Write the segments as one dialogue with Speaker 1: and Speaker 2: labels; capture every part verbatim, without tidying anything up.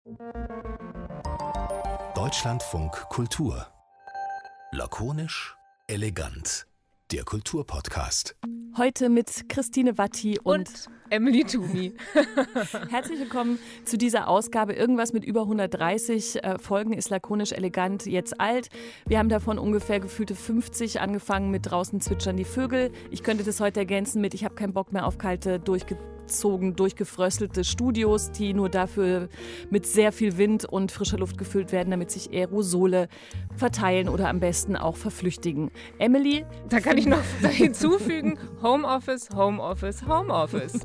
Speaker 1: Deutschlandfunk Kultur. Lakonisch, elegant. Der Kulturpodcast.
Speaker 2: Heute mit Christine Watti und,
Speaker 3: und Emily Tumi.
Speaker 2: Herzlich willkommen zu dieser Ausgabe. Irgendwas mit über hundertdreißig äh, Folgen ist lakonisch elegant jetzt alt. Wir haben davon ungefähr gefühlte fünfzig, angefangen mit draußen zwitschern die Vögel. Ich könnte das heute ergänzen mit ich habe keinen Bock mehr auf kalte, durchgezogen, durchgefröstelte Studios, die nur dafür mit sehr viel Wind und frischer Luft gefüllt werden, damit sich Aerosole verteilen oder am besten auch verflüchtigen. Emily?
Speaker 3: Da kann ich noch hinzufügen, Homeoffice, Homeoffice, Homeoffice.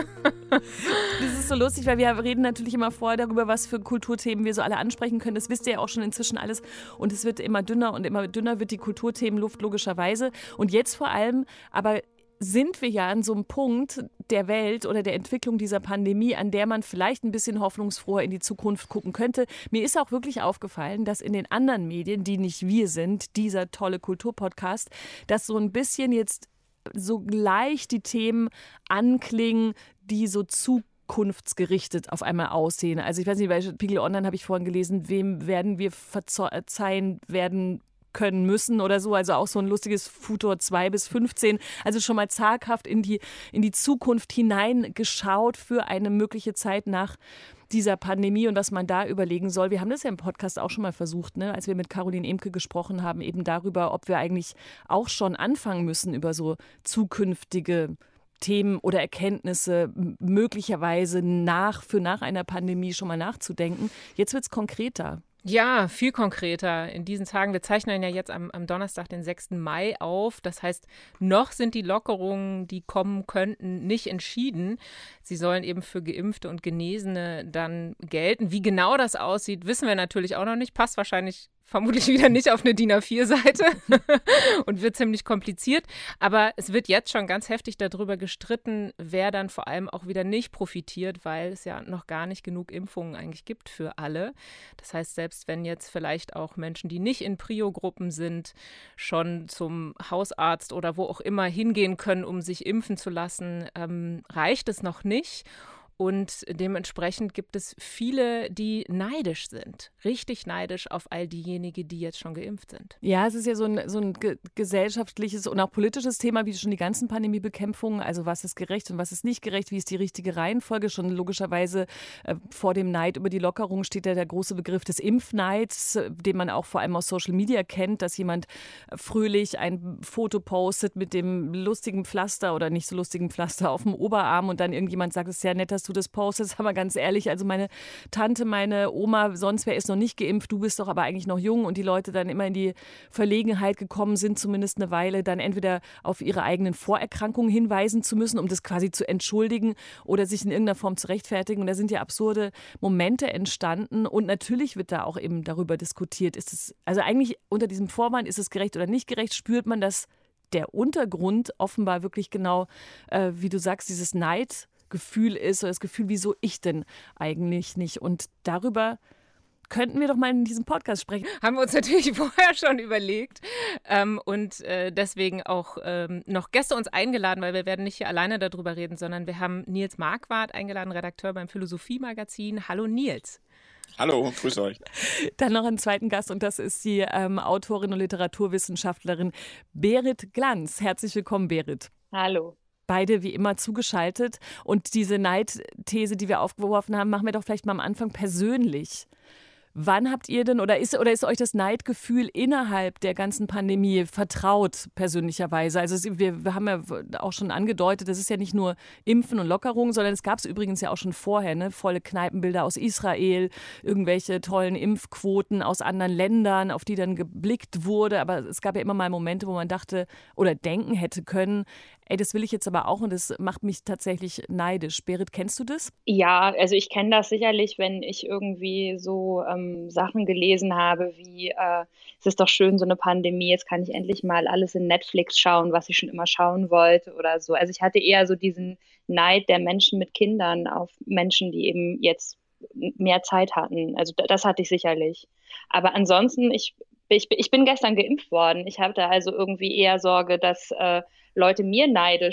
Speaker 2: Das ist so lustig, weil wir reden natürlich immer vorher darüber, was für Kulturthemen wir so alle ansprechen können. Das wisst ihr ja auch schon inzwischen alles. Und es wird immer dünner und immer dünner wird die Kulturthemenluft logischerweise. Und jetzt vor allem, aber sind wir ja an so einem Punkt der Welt oder der Entwicklung dieser Pandemie, an der man vielleicht ein bisschen hoffnungsfroher in die Zukunft gucken könnte. Mir ist auch wirklich aufgefallen, dass in den anderen Medien, die nicht wir sind, dieser tolle Kulturpodcast, dass so ein bisschen jetzt so gleich die Themen anklingen, die so zukunftsgerichtet auf einmal aussehen. Also ich weiß nicht, bei Spiegel Online habe ich vorhin gelesen, wem werden wir verzeihen werden können müssen oder so, also auch so ein lustiges Futur zwei bis fünfzehn, also schon mal zaghaft in die, in die Zukunft hineingeschaut für eine mögliche Zeit nach dieser Pandemie und was man da überlegen soll. Wir haben das ja im Podcast auch schon mal versucht, ne? Als wir mit Caroline Emke gesprochen haben, eben darüber, ob wir eigentlich auch schon anfangen müssen, über so zukünftige Themen oder Erkenntnisse möglicherweise nach für nach einer Pandemie schon mal nachzudenken. Jetzt wird es konkreter.
Speaker 3: Ja, viel konkreter in diesen Tagen. Wir zeichnen ja jetzt am, am Donnerstag, den sechsten Mai auf. Das heißt, noch sind die Lockerungen, die kommen könnten, nicht entschieden. Sie sollen eben für Geimpfte und Genesene dann gelten. Wie genau das aussieht, wissen wir natürlich auch noch nicht. Passt wahrscheinlich vermutlich wieder nicht auf eine DIN A vier Seite und wird ziemlich kompliziert. Aber es wird jetzt schon ganz heftig darüber gestritten, wer dann vor allem auch wieder nicht profitiert, weil es ja noch gar nicht genug Impfungen eigentlich gibt für alle. Das heißt, selbst wenn jetzt vielleicht auch Menschen, die nicht in Prio-Gruppen sind, schon zum Hausarzt oder wo auch immer hingehen können, um sich impfen zu lassen, ähm, reicht es noch nicht. Und dementsprechend gibt es viele, die neidisch sind, richtig neidisch auf all diejenigen, die jetzt schon geimpft sind.
Speaker 2: Ja, es ist ja so ein, so ein ge- gesellschaftliches und auch politisches Thema, wie schon die ganzen Pandemiebekämpfungen. Also was ist gerecht und was ist nicht gerecht, wie ist die richtige Reihenfolge? Schon logischerweise äh, vor dem Neid über die Lockerung steht ja der große Begriff des Impfneids, äh, den man auch vor allem aus Social Media kennt, dass jemand äh, fröhlich ein Foto postet mit dem lustigen Pflaster oder nicht so lustigen Pflaster auf dem Oberarm und dann irgendjemand sagt, es ist ja nett, dass du das postest, aber ganz ehrlich, also meine Tante, meine Oma, sonst wer ist noch nicht geimpft, du bist doch aber eigentlich noch jung und die Leute dann immer in die Verlegenheit gekommen sind, zumindest eine Weile, dann entweder auf ihre eigenen Vorerkrankungen hinweisen zu müssen, um das quasi zu entschuldigen oder sich in irgendeiner Form zu rechtfertigen. Und da sind ja absurde Momente entstanden und natürlich wird da auch eben darüber diskutiert, ist es, also eigentlich unter diesem Vorwand, ist es gerecht oder nicht gerecht, spürt man, dass der Untergrund offenbar wirklich genau, äh, wie du sagst, dieses Neid Gefühl ist oder das Gefühl, wieso ich denn eigentlich nicht? Und darüber könnten wir doch mal in diesem Podcast sprechen.
Speaker 3: Haben wir uns natürlich vorher schon überlegt ähm, und äh, deswegen auch ähm, noch Gäste uns eingeladen, weil wir werden nicht hier alleine darüber reden, sondern wir haben Nils Marquardt eingeladen, Redakteur beim Philosophie-Magazin. Hallo Nils.
Speaker 4: Hallo, grüß euch.
Speaker 2: Dann noch einen zweiten Gast und das ist die ähm, Autorin und Literaturwissenschaftlerin Berit Glanz. Herzlich willkommen, Berit.
Speaker 5: Hallo.
Speaker 2: Beide wie immer zugeschaltet. Und diese Neidthese, die wir aufgeworfen haben, machen wir doch vielleicht mal am Anfang persönlich. Wann habt ihr denn, oder ist, oder ist euch das Neidgefühl innerhalb der ganzen Pandemie vertraut, persönlicherweise? Also es, wir, wir haben ja auch schon angedeutet, das ist ja nicht nur Impfen und Lockerungen, sondern es gab es übrigens ja auch schon vorher, ne? Volle Kneipenbilder aus Israel, irgendwelche tollen Impfquoten aus anderen Ländern, auf die dann geblickt wurde. Aber es gab ja immer mal Momente, wo man dachte oder denken hätte können, ey, das will ich jetzt aber auch und das macht mich tatsächlich neidisch. Berit, kennst du das?
Speaker 5: Ja, also ich kenne das sicherlich, wenn ich irgendwie so ähm, Sachen gelesen habe wie, äh, es ist doch schön, so eine Pandemie, jetzt kann ich endlich mal alles in Netflix schauen, was ich schon immer schauen wollte oder so. Also ich hatte eher so diesen Neid der Menschen mit Kindern auf Menschen, die eben jetzt mehr Zeit hatten. Also das hatte ich sicherlich. Aber ansonsten, ich, ich, ich bin gestern geimpft worden. Ich hatte also irgendwie eher Sorge, dass äh, Leute mir neidisch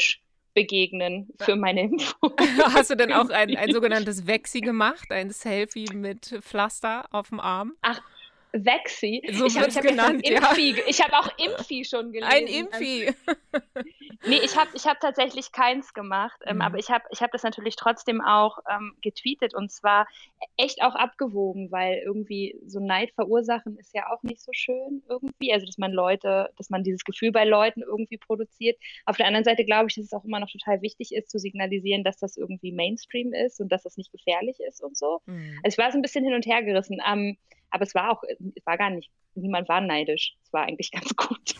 Speaker 5: begegnen für meine Impfung.
Speaker 3: Hast du denn auch ein, ein sogenanntes Vexi gemacht, ein Selfie mit Pflaster auf dem Arm?
Speaker 5: Ach, Vexi?
Speaker 3: So
Speaker 5: ich habe
Speaker 3: wird's
Speaker 5: hab
Speaker 3: genannt, ja.
Speaker 5: Impfi, ich habe auch Impfi schon gelesen.
Speaker 3: Ein Impfi.
Speaker 5: Nee, ich habe ich hab tatsächlich keins gemacht, ähm,
Speaker 3: Mhm.
Speaker 5: aber ich habe ich hab das natürlich trotzdem auch ähm, getweetet und zwar echt auch abgewogen, weil irgendwie so Neid verursachen ist ja auch nicht so schön irgendwie, also dass man Leute, dass man dieses Gefühl bei Leuten irgendwie produziert. Auf der anderen Seite glaube ich, dass es auch immer noch total wichtig ist, zu signalisieren, dass das irgendwie Mainstream ist und dass das nicht gefährlich ist und so.
Speaker 3: Mhm.
Speaker 5: Also ich war so ein bisschen hin und her gerissen, ähm, aber es war auch, es war gar nicht, niemand war neidisch. Es war eigentlich ganz gut.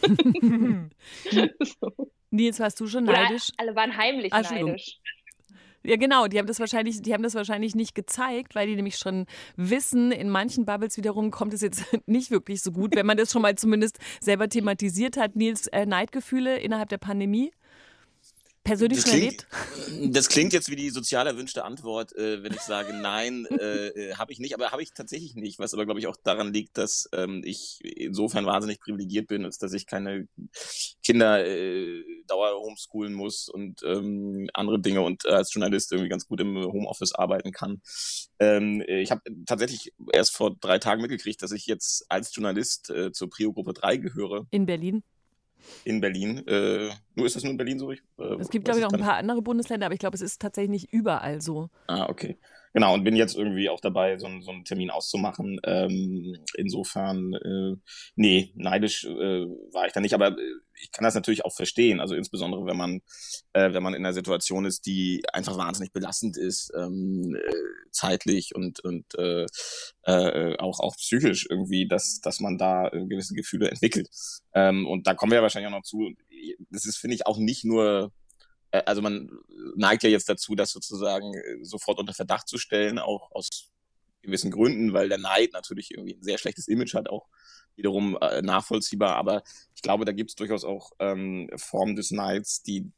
Speaker 5: So.
Speaker 2: Nils, warst du schon
Speaker 5: Oder
Speaker 2: neidisch?
Speaker 5: alle waren heimlich
Speaker 2: Ah, Entschuldigung.
Speaker 5: neidisch.
Speaker 2: Ja, genau, die haben das wahrscheinlich, die haben das wahrscheinlich nicht gezeigt, weil die nämlich schon wissen, in manchen Bubbles wiederum kommt es jetzt nicht wirklich so gut, wenn man das schon mal zumindest selber thematisiert hat. Nils, äh, Neidgefühle innerhalb der Pandemie? Persönlich
Speaker 4: Das
Speaker 2: schon
Speaker 4: klingt,
Speaker 2: erlebt?
Speaker 4: das klingt jetzt wie die sozial erwünschte Antwort, äh, wenn ich sage, nein, äh, äh, habe ich nicht, aber habe ich tatsächlich nicht, was aber, glaube ich, auch daran liegt, dass ähm, ich insofern wahnsinnig privilegiert bin, als dass ich keine Kinder äh, dauer homeschoolen muss und ähm, andere Dinge und äh, als Journalist irgendwie ganz gut im Homeoffice arbeiten kann. Ähm, ich habe tatsächlich erst vor drei Tagen mitgekriegt, dass ich jetzt als Journalist äh, zur Prio-Gruppe drei gehöre.
Speaker 2: In Berlin?
Speaker 4: In Berlin. Äh, nur ist das nur in Berlin so? Ich, äh,
Speaker 2: Es gibt,
Speaker 4: weiß
Speaker 2: glaube ich,
Speaker 4: ich
Speaker 2: noch
Speaker 4: gar
Speaker 2: ein
Speaker 4: nicht.
Speaker 2: paar andere Bundesländer, aber ich glaube, es ist tatsächlich nicht überall so.
Speaker 4: Ah, okay. Genau, und bin jetzt irgendwie auch dabei, so, einen- so einen Termin auszumachen. Ähm, insofern, äh, nee, neidisch äh, war ich da nicht, aber äh, ich kann das natürlich auch verstehen. Also insbesondere, wenn man, äh, wenn man in einer Situation ist, die einfach wahnsinnig belastend ist, ähm, äh, zeitlich und, und äh, äh, auch, auch psychisch irgendwie, dass, dass man da äh, gewisse Gefühle entwickelt. Ähm, und da kommen wir ja wahrscheinlich auch noch zu. Das ist, finde ich, auch nicht nur äh, also man neigt ja jetzt dazu, das sozusagen äh, sofort unter Verdacht zu stellen, auch aus gewissen Gründen, weil der Neid natürlich irgendwie ein sehr schlechtes Image hat, auch wiederum äh, nachvollziehbar. Aber ich glaube, da gibt es durchaus auch ähm, Formen des Neids, die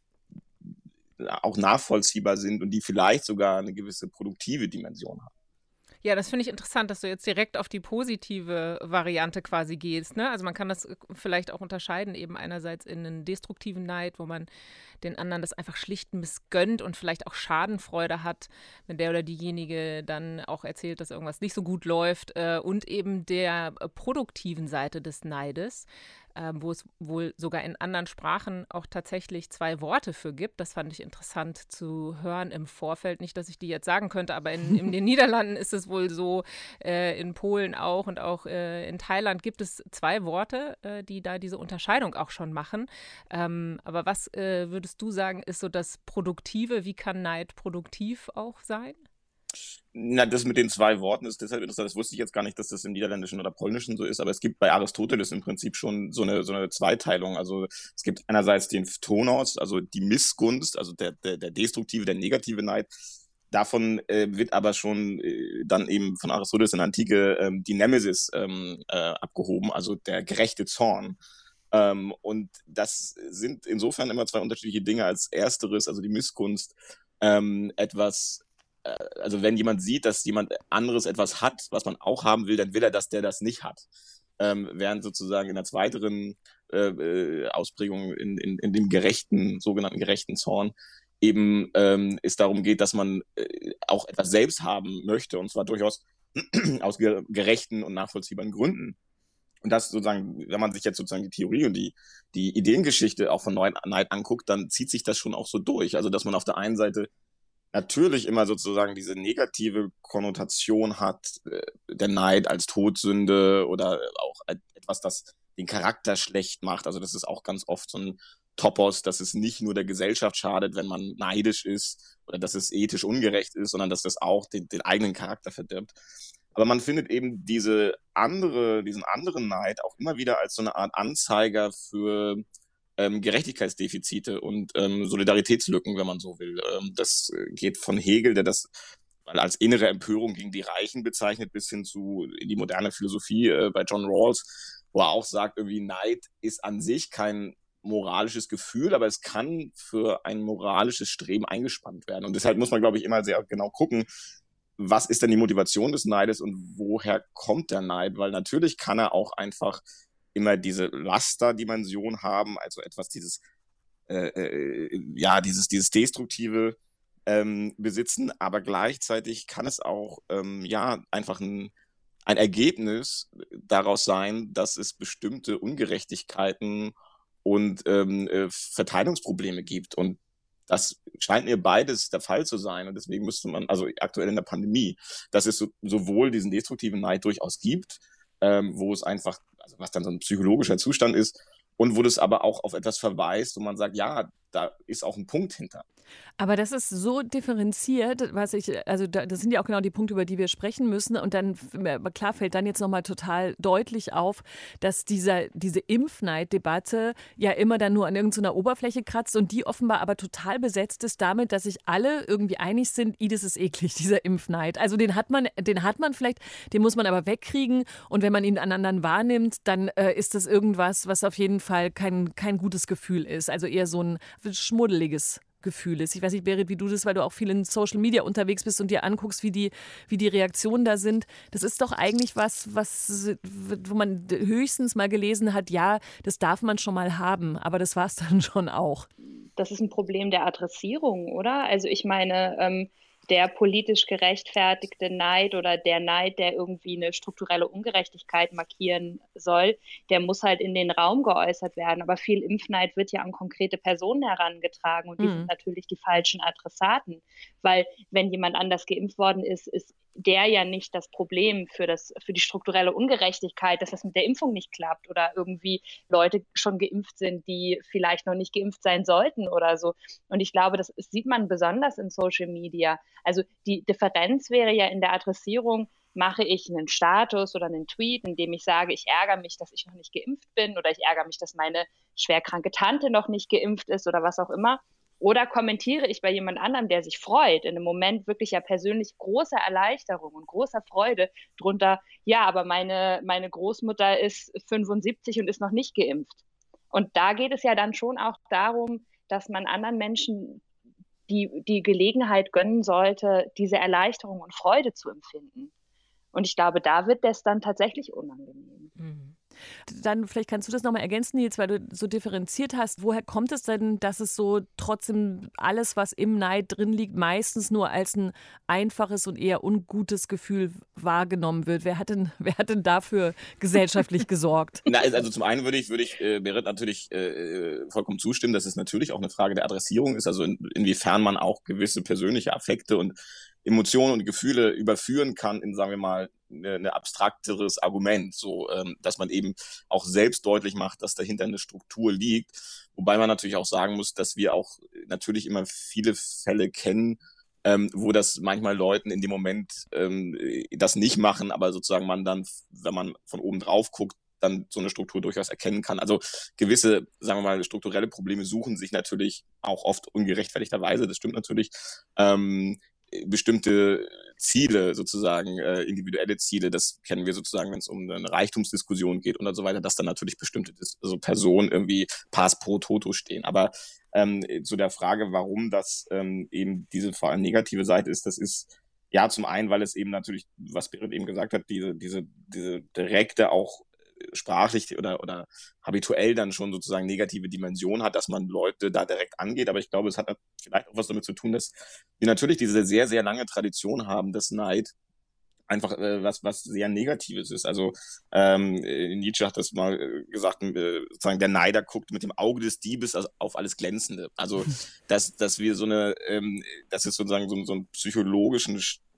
Speaker 4: auch nachvollziehbar sind und die vielleicht sogar eine gewisse produktive Dimension haben.
Speaker 3: Ja, das finde ich interessant, dass du jetzt direkt auf die positive Variante quasi gehst, ne? Also man kann das vielleicht auch unterscheiden, eben einerseits in einen destruktiven Neid, wo man den anderen das einfach schlicht missgönnt und vielleicht auch Schadenfreude hat, wenn der oder diejenige dann auch erzählt, dass irgendwas nicht so gut läuft, äh, und eben der äh, produktiven Seite des Neides, äh, wo es wohl sogar in anderen Sprachen auch tatsächlich zwei Worte für gibt. Das fand ich interessant zu hören im Vorfeld. Nicht, dass ich die jetzt sagen könnte, aber in, in den Niederlanden ist es wohl so, äh, in Polen auch und auch äh, in Thailand gibt es zwei Worte, äh, die da diese Unterscheidung auch schon machen. Ähm, aber was äh, würdest du sagen, ist so das Produktive? Wie kann Neid produktiv auch sein?
Speaker 4: Na, das mit den zwei Worten ist deshalb interessant. Das wusste ich jetzt gar nicht, dass das im Niederländischen oder Polnischen so ist, aber es gibt bei Aristoteles im Prinzip schon so eine, so eine Zweiteilung. Also es gibt einerseits den Phthonos, also die Missgunst, also der, der, der destruktive, der negative Neid. Davon äh, wird aber schon äh, dann eben von Aristoteles in der Antike ähm, die Nemesis ähm, äh, abgehoben, also der gerechte Zorn. Ähm, und das sind insofern immer zwei unterschiedliche Dinge. Als ersteres, also die Missgunst, ähm, etwas, äh, also wenn jemand sieht, dass jemand anderes etwas hat, was man auch haben will, dann will er, dass der das nicht hat. Ähm, während sozusagen in der zweiteren äh, äh, Ausprägung in, in, in dem gerechten, sogenannten gerechten Zorn, eben ähm, es darum geht, dass man äh, auch etwas selbst haben möchte, und zwar durchaus aus ge- gerechten und nachvollziehbaren Gründen. Und das sozusagen, wenn man sich jetzt sozusagen die Theorie und die, die Ideengeschichte auch von Neid anguckt, dann zieht sich das schon auch so durch. Also, dass man auf der einen Seite natürlich immer sozusagen diese negative Konnotation hat, äh, der Neid als Todsünde oder auch etwas, das den Charakter schlecht macht. Also das ist auch ganz oft so ein Topos, dass es nicht nur der Gesellschaft schadet, wenn man neidisch ist oder dass es ethisch ungerecht ist, sondern dass das auch den, den eigenen Charakter verdirbt. Aber man findet eben diese andere, diesen anderen Neid auch immer wieder als so eine Art Anzeiger für ähm, Gerechtigkeitsdefizite und ähm, Solidaritätslücken, wenn man so will. Ähm, das geht von Hegel, der das als innere Empörung gegen die Reichen bezeichnet, bis hin zu in die moderne Philosophie äh, bei John Rawls, wo er auch sagt, irgendwie Neid ist an sich kein moralisches Gefühl, aber es kann für ein moralisches Streben eingespannt werden. Und deshalb muss man, glaube ich, immer sehr genau gucken, was ist denn die Motivation des Neides und woher kommt der Neid? Weil natürlich kann er auch einfach immer diese Lasterdimension haben, also etwas, dieses äh, äh, ja, dieses, dieses Destruktive ähm, besitzen, aber gleichzeitig kann es auch ähm, ja einfach ein, ein Ergebnis daraus sein, dass es bestimmte Ungerechtigkeiten und ähm, äh, Verteilungsprobleme gibt. Und das scheint mir beides der Fall zu sein. Und deswegen müsste man, also aktuell in der Pandemie, dass es so, sowohl diesen destruktiven Neid durchaus gibt, ähm, wo es einfach, also was dann so ein psychologischer Zustand ist, und wo das aber auch auf etwas verweist, wo man sagt, ja, da ist auch ein Punkt hinter.
Speaker 2: Aber das ist so differenziert, was ich, also da, das sind ja auch genau die Punkte, über die wir sprechen müssen. Und dann, klar, fällt dann jetzt nochmal total deutlich auf, dass dieser, diese Impfneid-Debatte ja immer dann nur an irgendeiner Oberfläche kratzt und die offenbar aber total besetzt ist damit, dass sich alle irgendwie einig sind, i, das ist eklig, dieser Impfneid. Also den hat man, den hat man vielleicht, den muss man aber wegkriegen. Und wenn man ihn an anderen wahrnimmt, dann äh, ist das irgendwas, was auf jeden Fall kein, kein gutes Gefühl ist. Also eher so ein schmuddeliges Gefühl ist. Ich weiß nicht, Berit, wie du das, weil du auch viel in Social Media unterwegs bist und dir anguckst, wie die, wie die Reaktionen da sind. Das ist doch eigentlich was, was, wo man höchstens mal gelesen hat, ja, das darf man schon mal haben, aber das war es dann schon auch.
Speaker 5: Das ist ein Problem der Adressierung, oder? Also ich meine, ähm, der politisch gerechtfertigte Neid oder der Neid, der irgendwie eine strukturelle Ungerechtigkeit markieren soll, der muss halt in den Raum geäußert werden. Aber viel Impfneid wird ja an konkrete Personen herangetragen und die mhm. sind natürlich die falschen Adressaten. Weil wenn jemand anders geimpft worden ist, ist der ja nicht das Problem für, das, für die strukturelle Ungerechtigkeit, dass das mit der Impfung nicht klappt oder irgendwie Leute schon geimpft sind, die vielleicht noch nicht geimpft sein sollten oder so. Und ich glaube, das sieht man besonders in Social Media. Also die Differenz wäre ja in der Adressierung, mache ich einen Status oder einen Tweet, in dem ich sage, ich ärgere mich, dass ich noch nicht geimpft bin oder ich ärgere mich, dass meine schwerkranke Tante noch nicht geimpft ist oder was auch immer. Oder kommentiere ich bei jemand anderem, der sich freut, in einem Moment wirklich ja persönlich großer Erleichterung und großer Freude drunter, ja, aber meine, meine Großmutter ist fünfundsiebzig und ist noch nicht geimpft. Und da geht es ja dann schon auch darum, dass man anderen Menschen die, die Gelegenheit gönnen sollte, diese Erleichterung und Freude zu empfinden. Und ich glaube, da wird das dann tatsächlich unangenehm.
Speaker 2: Mhm. Dann vielleicht kannst du das nochmal ergänzen, Nils, weil du so differenziert hast. Woher kommt es denn, dass es so trotzdem alles, was im Neid drin liegt, meistens nur als ein einfaches und eher ungutes Gefühl wahrgenommen wird? Wer hat denn, wer hat denn dafür gesellschaftlich gesorgt?
Speaker 4: Na, also zum einen würde ich, würde ich äh, Berit natürlich äh, vollkommen zustimmen, dass es natürlich auch eine Frage der Adressierung ist, also in, inwiefern man auch gewisse persönliche Affekte und Emotionen und Gefühle überführen kann in, sagen wir mal, eine, eine abstrakteres Argument, so ähm, dass man eben auch selbst deutlich macht, dass dahinter eine Struktur liegt. Wobei man natürlich auch sagen muss, dass wir auch natürlich immer viele Fälle kennen, ähm, wo das manchmal Leuten in dem Moment ähm, das nicht machen, aber sozusagen man dann, wenn man von oben drauf guckt, dann so eine Struktur durchaus erkennen kann. Also gewisse, sagen wir mal, strukturelle Probleme suchen sich natürlich auch oft ungerechtfertigterweise, das stimmt natürlich, ähm, bestimmte Ziele sozusagen, äh, individuelle Ziele, das kennen wir sozusagen, wenn es um eine Reichtumsdiskussion geht und so weiter, dass dann natürlich bestimmte also Personen irgendwie Pass pro Toto stehen. Aber ähm, zu der Frage, warum das ähm, eben diese vor allem negative Seite ist, das ist ja zum einen, weil es eben natürlich, was Berit eben gesagt hat, diese, diese, diese direkte auch sprachlich oder, oder habituell dann schon sozusagen negative Dimension hat, dass man Leute da direkt angeht. Aber ich glaube, es hat vielleicht auch was damit zu tun, dass wir natürlich diese sehr, sehr lange Tradition haben, dass Neid einfach äh, was, was sehr Negatives ist. Also ähm, Nietzsche hat das mal äh, gesagt, äh, sozusagen der Neider guckt mit dem Auge des Diebes auf alles Glänzende. Also dass, dass wir so eine, ähm, dass es sozusagen so, so einen psychologischen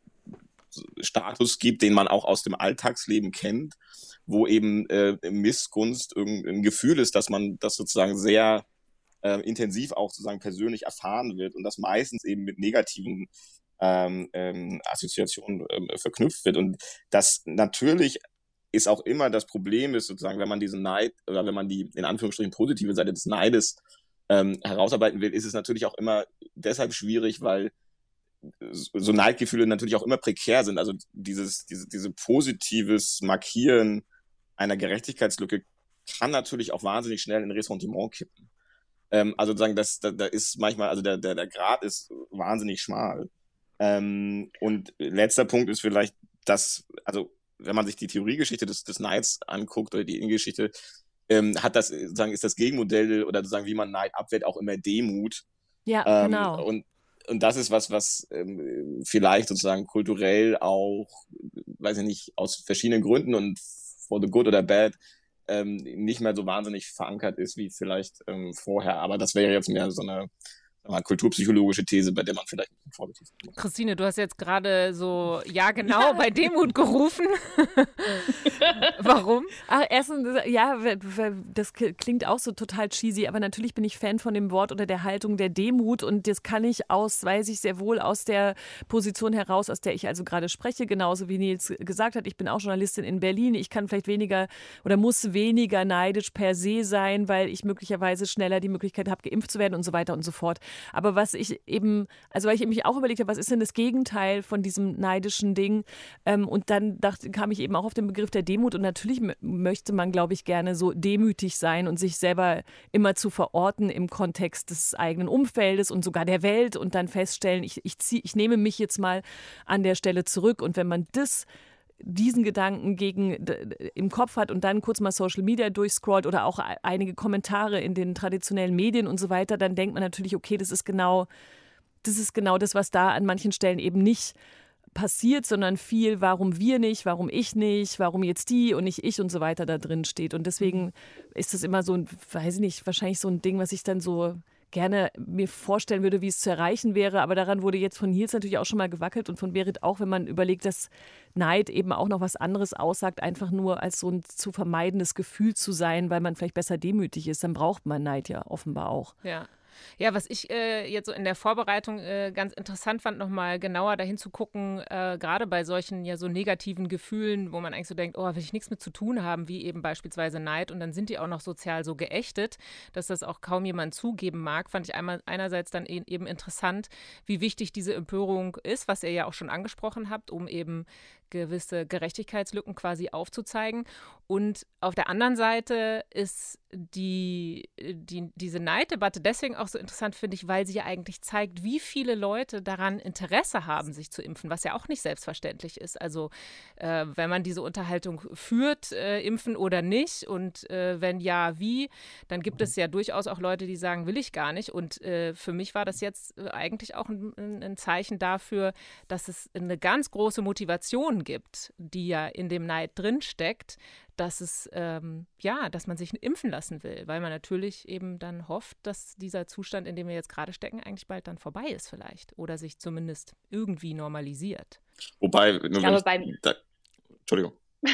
Speaker 4: Status gibt, den man auch aus dem Alltagsleben kennt, wo eben äh, Missgunst irgendein Gefühl ist, dass man das sozusagen sehr äh, intensiv auch sozusagen persönlich erfahren wird und das meistens eben mit negativen ähm, ähm, Assoziationen ähm, verknüpft wird. Und das natürlich ist auch immer das Problem ist sozusagen, wenn man diesen Neid oder wenn man die in Anführungsstrichen positive Seite des Neides ähm, herausarbeiten will, ist es natürlich auch immer deshalb schwierig, weil so Neidgefühle natürlich auch immer prekär sind. Also dieses, diese, diese positives Markieren einer Gerechtigkeitslücke kann natürlich auch wahnsinnig schnell in Ressentiment kippen. Ähm, also sozusagen, das, da, da ist manchmal, also der, der, der Grad ist wahnsinnig schmal. Ähm, und letzter Punkt ist vielleicht, dass, also wenn man sich die Theoriegeschichte des, des Neids anguckt oder die Innengeschichte, ähm, hat das, sozusagen, ist das Gegenmodell oder sozusagen, wie man Neid abwehrt, auch immer Demut.
Speaker 2: Ja,
Speaker 4: ähm,
Speaker 2: genau.
Speaker 4: Und, und das ist was, was ähm, vielleicht sozusagen kulturell auch, weiß ich nicht, aus verschiedenen Gründen und for the good oder bad, ähm, nicht mehr so wahnsinnig verankert ist wie vielleicht ähm, vorher. Aber das wäre jetzt mehr so eine eine kulturpsychologische These, bei der man vielleicht ein bisschen vorsichtig ist.
Speaker 3: Christine, du hast jetzt gerade so, ja genau, bei Demut gerufen. Warum?
Speaker 2: Ach, erstens, ja, das klingt auch so total cheesy, aber natürlich bin ich Fan von dem Wort oder der Haltung der Demut und das kann ich aus, weiß ich sehr wohl, aus der Position heraus, aus der ich also gerade spreche, genauso wie Nils gesagt hat, ich bin auch Journalistin in Berlin, ich kann vielleicht weniger oder muss weniger neidisch per se sein, weil ich möglicherweise schneller die Möglichkeit habe, geimpft zu werden und so weiter und so fort. Aber was ich eben, also weil ich mich auch überlegt habe, was ist denn das Gegenteil von diesem neidischen Ding? Ähm, und dann dachte, kam ich eben auch auf den Begriff der Demut und natürlich m- möchte man, glaube ich, gerne so demütig sein und sich selber immer zu verorten im Kontext des eigenen Umfeldes und sogar der Welt und dann feststellen, ich, ich, zieh, ich nehme mich jetzt mal an der Stelle zurück. Und wenn man das diesen Gedanken gegen d- im Kopf hat und dann kurz mal Social Media durchscrollt oder auch einige Kommentare in den traditionellen Medien und so weiter, dann denkt man natürlich, okay, das ist genau, das ist genau das, was da an manchen Stellen eben nicht passiert, sondern viel, warum wir nicht, warum ich nicht, warum jetzt die und nicht ich und so weiter da drin steht. Und deswegen ist das immer so ein, weiß ich nicht, wahrscheinlich so ein Ding, was ich dann so gerne mir vorstellen würde, wie es zu erreichen wäre. Aber daran wurde jetzt von Nils natürlich auch schon mal gewackelt und von Berit auch, wenn man überlegt, dass Neid eben auch noch was anderes aussagt, einfach nur als so ein zu vermeidendes Gefühl zu sein, weil man vielleicht besser demütig ist. Dann braucht man Neid ja offenbar auch.
Speaker 3: Ja. Ja, was ich äh, jetzt so in der Vorbereitung äh, ganz interessant fand, nochmal genauer dahin zu gucken, äh, gerade bei solchen ja so negativen Gefühlen, wo man eigentlich so denkt, oh, will ich nichts mit zu tun haben, wie eben beispielsweise Neid und dann sind die auch noch sozial so geächtet, dass das auch kaum jemand zugeben mag, fand ich einmal einerseits dann e- eben interessant, wie wichtig diese Empörung ist, was ihr ja auch schon angesprochen habt, um eben gewisse Gerechtigkeitslücken quasi aufzuzeigen. Und auf der anderen Seite ist die, die, diese Neiddebatte deswegen auch so interessant, finde ich, weil sie ja eigentlich zeigt, wie viele Leute daran Interesse haben, sich zu impfen, was ja auch nicht selbstverständlich ist. Also äh, wenn man diese Unterhaltung führt, äh, impfen oder nicht und äh, wenn ja, wie, dann gibt es ja durchaus auch Leute, die sagen, will ich gar nicht. Und äh, für mich war das jetzt äh, eigentlich auch ein, ein Zeichen dafür, dass es eine ganz große Motivation gibt, die ja in dem Neid drinsteckt, dass es, ähm, ja, dass man sich impfen lassen will, weil man natürlich eben dann hofft, dass dieser Zustand, in dem wir jetzt gerade stecken, eigentlich bald dann vorbei ist vielleicht oder sich zumindest irgendwie normalisiert.
Speaker 4: Wobei, nur
Speaker 5: Ich
Speaker 4: wenn
Speaker 5: glaube,
Speaker 4: ich,
Speaker 5: beim
Speaker 4: da, Entschuldigung.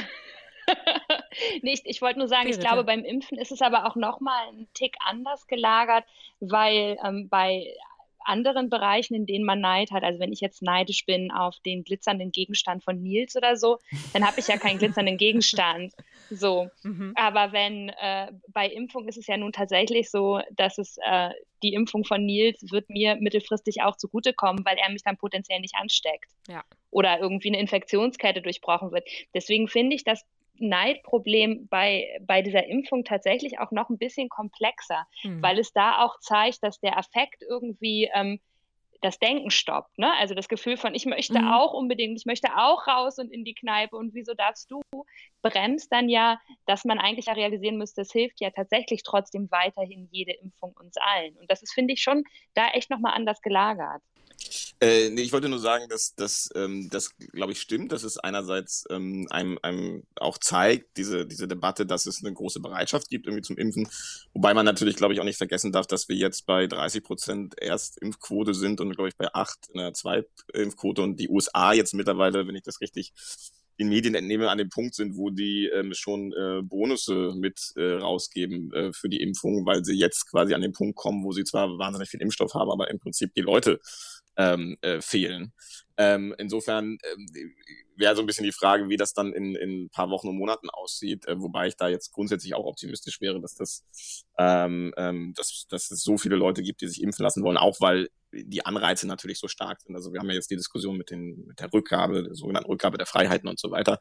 Speaker 5: Nee, ich, ich wollte nur sagen, ich
Speaker 3: Bitte.
Speaker 5: glaube, beim Impfen ist es aber auch nochmal ein Tick anders gelagert, weil ähm, bei anderen Bereichen, in denen man Neid hat, also wenn ich jetzt neidisch bin auf den glitzernden Gegenstand von Nils oder so, dann habe ich ja keinen glitzernden Gegenstand. So.
Speaker 3: Mhm.
Speaker 5: Aber wenn äh, bei Impfung ist es ja nun tatsächlich so, dass es äh, die Impfung von Nils wird mir mittelfristig auch zugutekommen, weil er mich dann potenziell nicht ansteckt.
Speaker 3: Ja.
Speaker 5: Oder irgendwie eine Infektionskette durchbrochen wird. Deswegen finde ich das Neidproblem bei, bei dieser Impfung tatsächlich auch noch ein bisschen komplexer,
Speaker 3: Mhm.
Speaker 5: weil es da auch zeigt, dass der Affekt irgendwie ähm, das Denken stoppt. Ne? Also das Gefühl von, ich möchte
Speaker 2: Mhm.
Speaker 5: auch unbedingt, ich möchte auch raus und in die Kneipe und wieso darfst du, bremst dann ja, dass man eigentlich ja realisieren müsste, es hilft ja tatsächlich trotzdem weiterhin jede Impfung uns allen. Und das ist, finde ich, schon da echt nochmal anders gelagert.
Speaker 4: Äh, nee, ich wollte nur sagen, dass, dass ähm, das, glaube ich, stimmt, dass es einerseits ähm, einem, einem auch zeigt, diese, diese Debatte, dass es eine große Bereitschaft gibt irgendwie zum Impfen. Wobei man natürlich, glaube ich, auch nicht vergessen darf, dass wir jetzt bei dreißig Prozent Erstimpfquote sind und, glaube ich, bei acht in der Zweitimpfquote und die U S A jetzt mittlerweile, wenn ich das richtig den Medien entnehme, an dem Punkt sind, wo die ähm, schon äh, Bonusse mit äh, rausgeben äh, für die Impfung, weil sie jetzt quasi an den Punkt kommen, wo sie zwar wahnsinnig viel Impfstoff haben, aber im Prinzip die Leute ähm, äh, fehlen. Ähm, insofern ähm, wäre so ein bisschen die Frage, wie das dann in, in ein paar Wochen und Monaten aussieht, äh, wobei ich da jetzt grundsätzlich auch optimistisch wäre, dass das, ähm, ähm, dass, dass es so viele Leute gibt, die sich impfen lassen wollen, auch weil die Anreize natürlich so stark sind. Also wir haben ja jetzt die Diskussion mit, den, mit der Rückgabe, der sogenannten Rückgabe der Freiheiten und so weiter.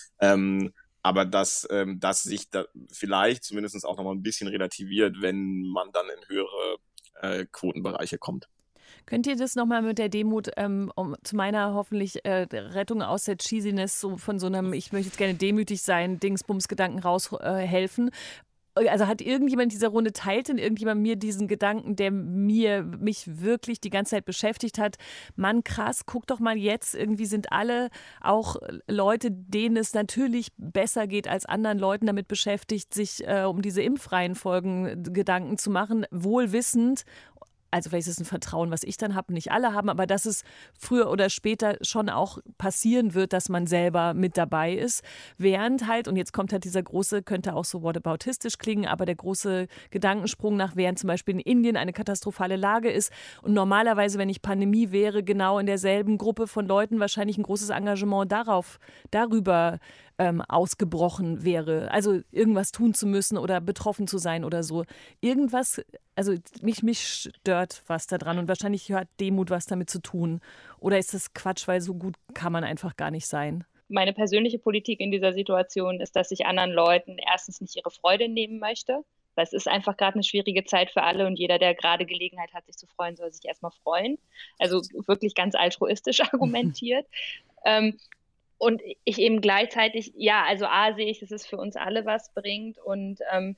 Speaker 4: Ähm, aber dass, ähm, dass sich da vielleicht zumindest auch nochmal ein bisschen relativiert, wenn man dann in höhere äh, Quotenbereiche kommt.
Speaker 2: Könnt ihr das nochmal mit der Demut ähm, um, zu meiner hoffentlich äh, Rettung aus der Cheesiness, so von so einem, ich möchte jetzt gerne demütig sein, Dingsbums-Gedanken raushelfen? Äh, Also hat irgendjemand in dieser Runde, teilt denn irgendjemand mir diesen Gedanken, der mir mich wirklich die ganze Zeit beschäftigt hat? Mann, krass, guck doch mal jetzt, irgendwie sind alle auch Leute, denen es natürlich besser geht als anderen Leuten, damit beschäftigt, sich äh, um diese Impfreihenfolgen Gedanken zu machen, wohl wissend, also vielleicht ist es ein Vertrauen, was ich dann habe, nicht alle haben, aber dass es früher oder später schon auch passieren wird, dass man selber mit dabei ist. Während halt, und jetzt kommt halt dieser große, könnte auch so whataboutistisch klingen, aber der große Gedankensprung nach, während zum Beispiel in Indien eine katastrophale Lage ist und normalerweise, wenn ich Pandemie wäre, genau in derselben Gruppe von Leuten wahrscheinlich ein großes Engagement darauf, darüber ähm, ausgebrochen wäre. Also irgendwas tun zu müssen oder betroffen zu sein oder so. Irgendwas, also mich, mich stört was da dran und wahrscheinlich hat Demut was damit zu tun. Oder ist das Quatsch, weil so gut kann man einfach gar nicht sein?
Speaker 5: Meine persönliche Politik in dieser Situation ist, dass ich anderen Leuten erstens nicht ihre Freude nehmen möchte. Weil es ist einfach gerade eine schwierige Zeit für alle und jeder, der gerade Gelegenheit hat, sich zu freuen, soll sich erstmal freuen. Also wirklich ganz altruistisch argumentiert. ähm, Und ich eben gleichzeitig, ja, also A, sehe ich, dass es für uns alle was bringt und ähm,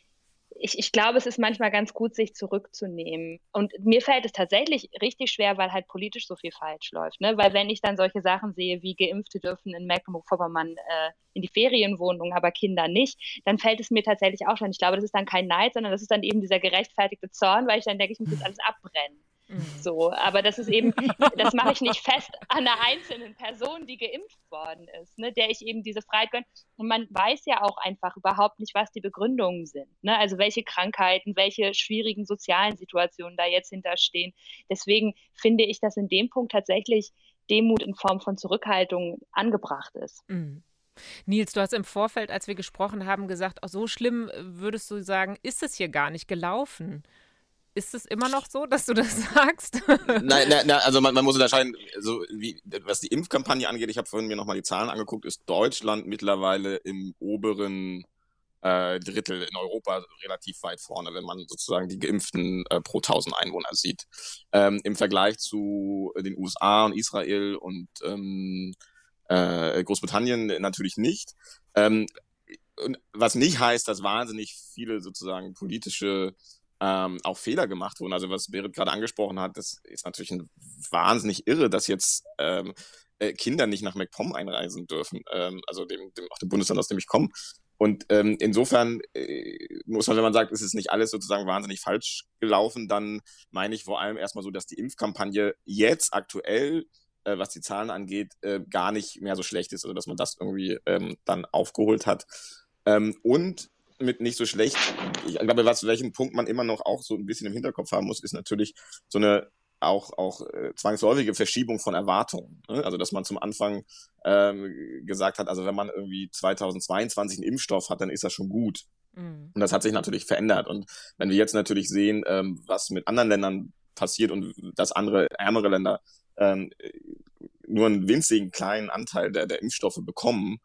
Speaker 5: ich, ich glaube, es ist manchmal ganz gut, sich zurückzunehmen. Und mir fällt es tatsächlich richtig schwer, weil halt politisch so viel falsch läuft. Ne? Weil wenn ich dann solche Sachen sehe, wie Geimpfte dürfen in Mecklenburg-Vorpommern äh, in die Ferienwohnung, aber Kinder nicht, dann fällt es mir tatsächlich auch schon. Ich glaube, das ist dann kein Neid, sondern das ist dann eben dieser gerechtfertigte Zorn, weil ich dann denke, ich muss jetzt alles abbrennen. So, aber das ist eben, das mache ich nicht fest an einer einzelnen Person, die geimpft worden ist, ne, der ich eben diese Freiheit gönne. Und man weiß ja auch einfach überhaupt nicht, was die Begründungen sind. Ne? Also welche Krankheiten, welche schwierigen sozialen Situationen da jetzt hinterstehen. Deswegen finde ich, dass in dem Punkt tatsächlich Demut in Form von Zurückhaltung angebracht ist.
Speaker 3: Mhm. Nils, du hast im Vorfeld, als wir gesprochen haben, gesagt, auch so schlimm würdest du sagen, ist es hier gar nicht gelaufen. Ist es immer noch so, dass du das sagst?
Speaker 4: Nein, nein, nein, also man, man muss unterscheiden, also wie, was die Impfkampagne angeht, ich habe vorhin mir nochmal die Zahlen angeguckt, ist Deutschland mittlerweile im oberen äh, Drittel in Europa relativ weit vorne, wenn man sozusagen die Geimpften äh, pro tausend Einwohner sieht. Ähm, im Vergleich zu den U S A und Israel und ähm, äh, Großbritannien natürlich nicht. Ähm, und was nicht heißt, dass wahnsinnig viele sozusagen politische Ähm, auch Fehler gemacht wurden. Also was Berit gerade angesprochen hat, das ist natürlich ein wahnsinnig irre, dass jetzt ähm, äh, Kinder nicht nach MacPom einreisen dürfen, ähm, also dem, dem, auch dem Bundesland, aus dem ich komme. Und ähm, insofern äh, muss man, wenn man sagt, es ist nicht alles sozusagen wahnsinnig falsch gelaufen, dann meine ich vor allem erstmal so, dass die Impfkampagne jetzt aktuell, äh, was die Zahlen angeht, äh, gar nicht mehr so schlecht ist, also dass man das irgendwie ähm, dann aufgeholt hat. Ähm, und mit nicht so schlecht. Ich glaube, was, welchen Punkt man immer noch auch so ein bisschen im Hinterkopf haben muss, ist natürlich so eine auch, auch äh, zwangsläufige Verschiebung von Erwartungen. Ne? Also, dass man zum Anfang ähm, gesagt hat, also wenn man irgendwie zweitausendzweiundzwanzig einen Impfstoff hat, dann ist das schon gut. Mhm. Und das hat sich natürlich verändert. Und wenn wir jetzt natürlich sehen, ähm, was mit anderen Ländern passiert und dass andere, ärmere Länder ähm, nur einen winzigen kleinen Anteil der, der Impfstoffe bekommen,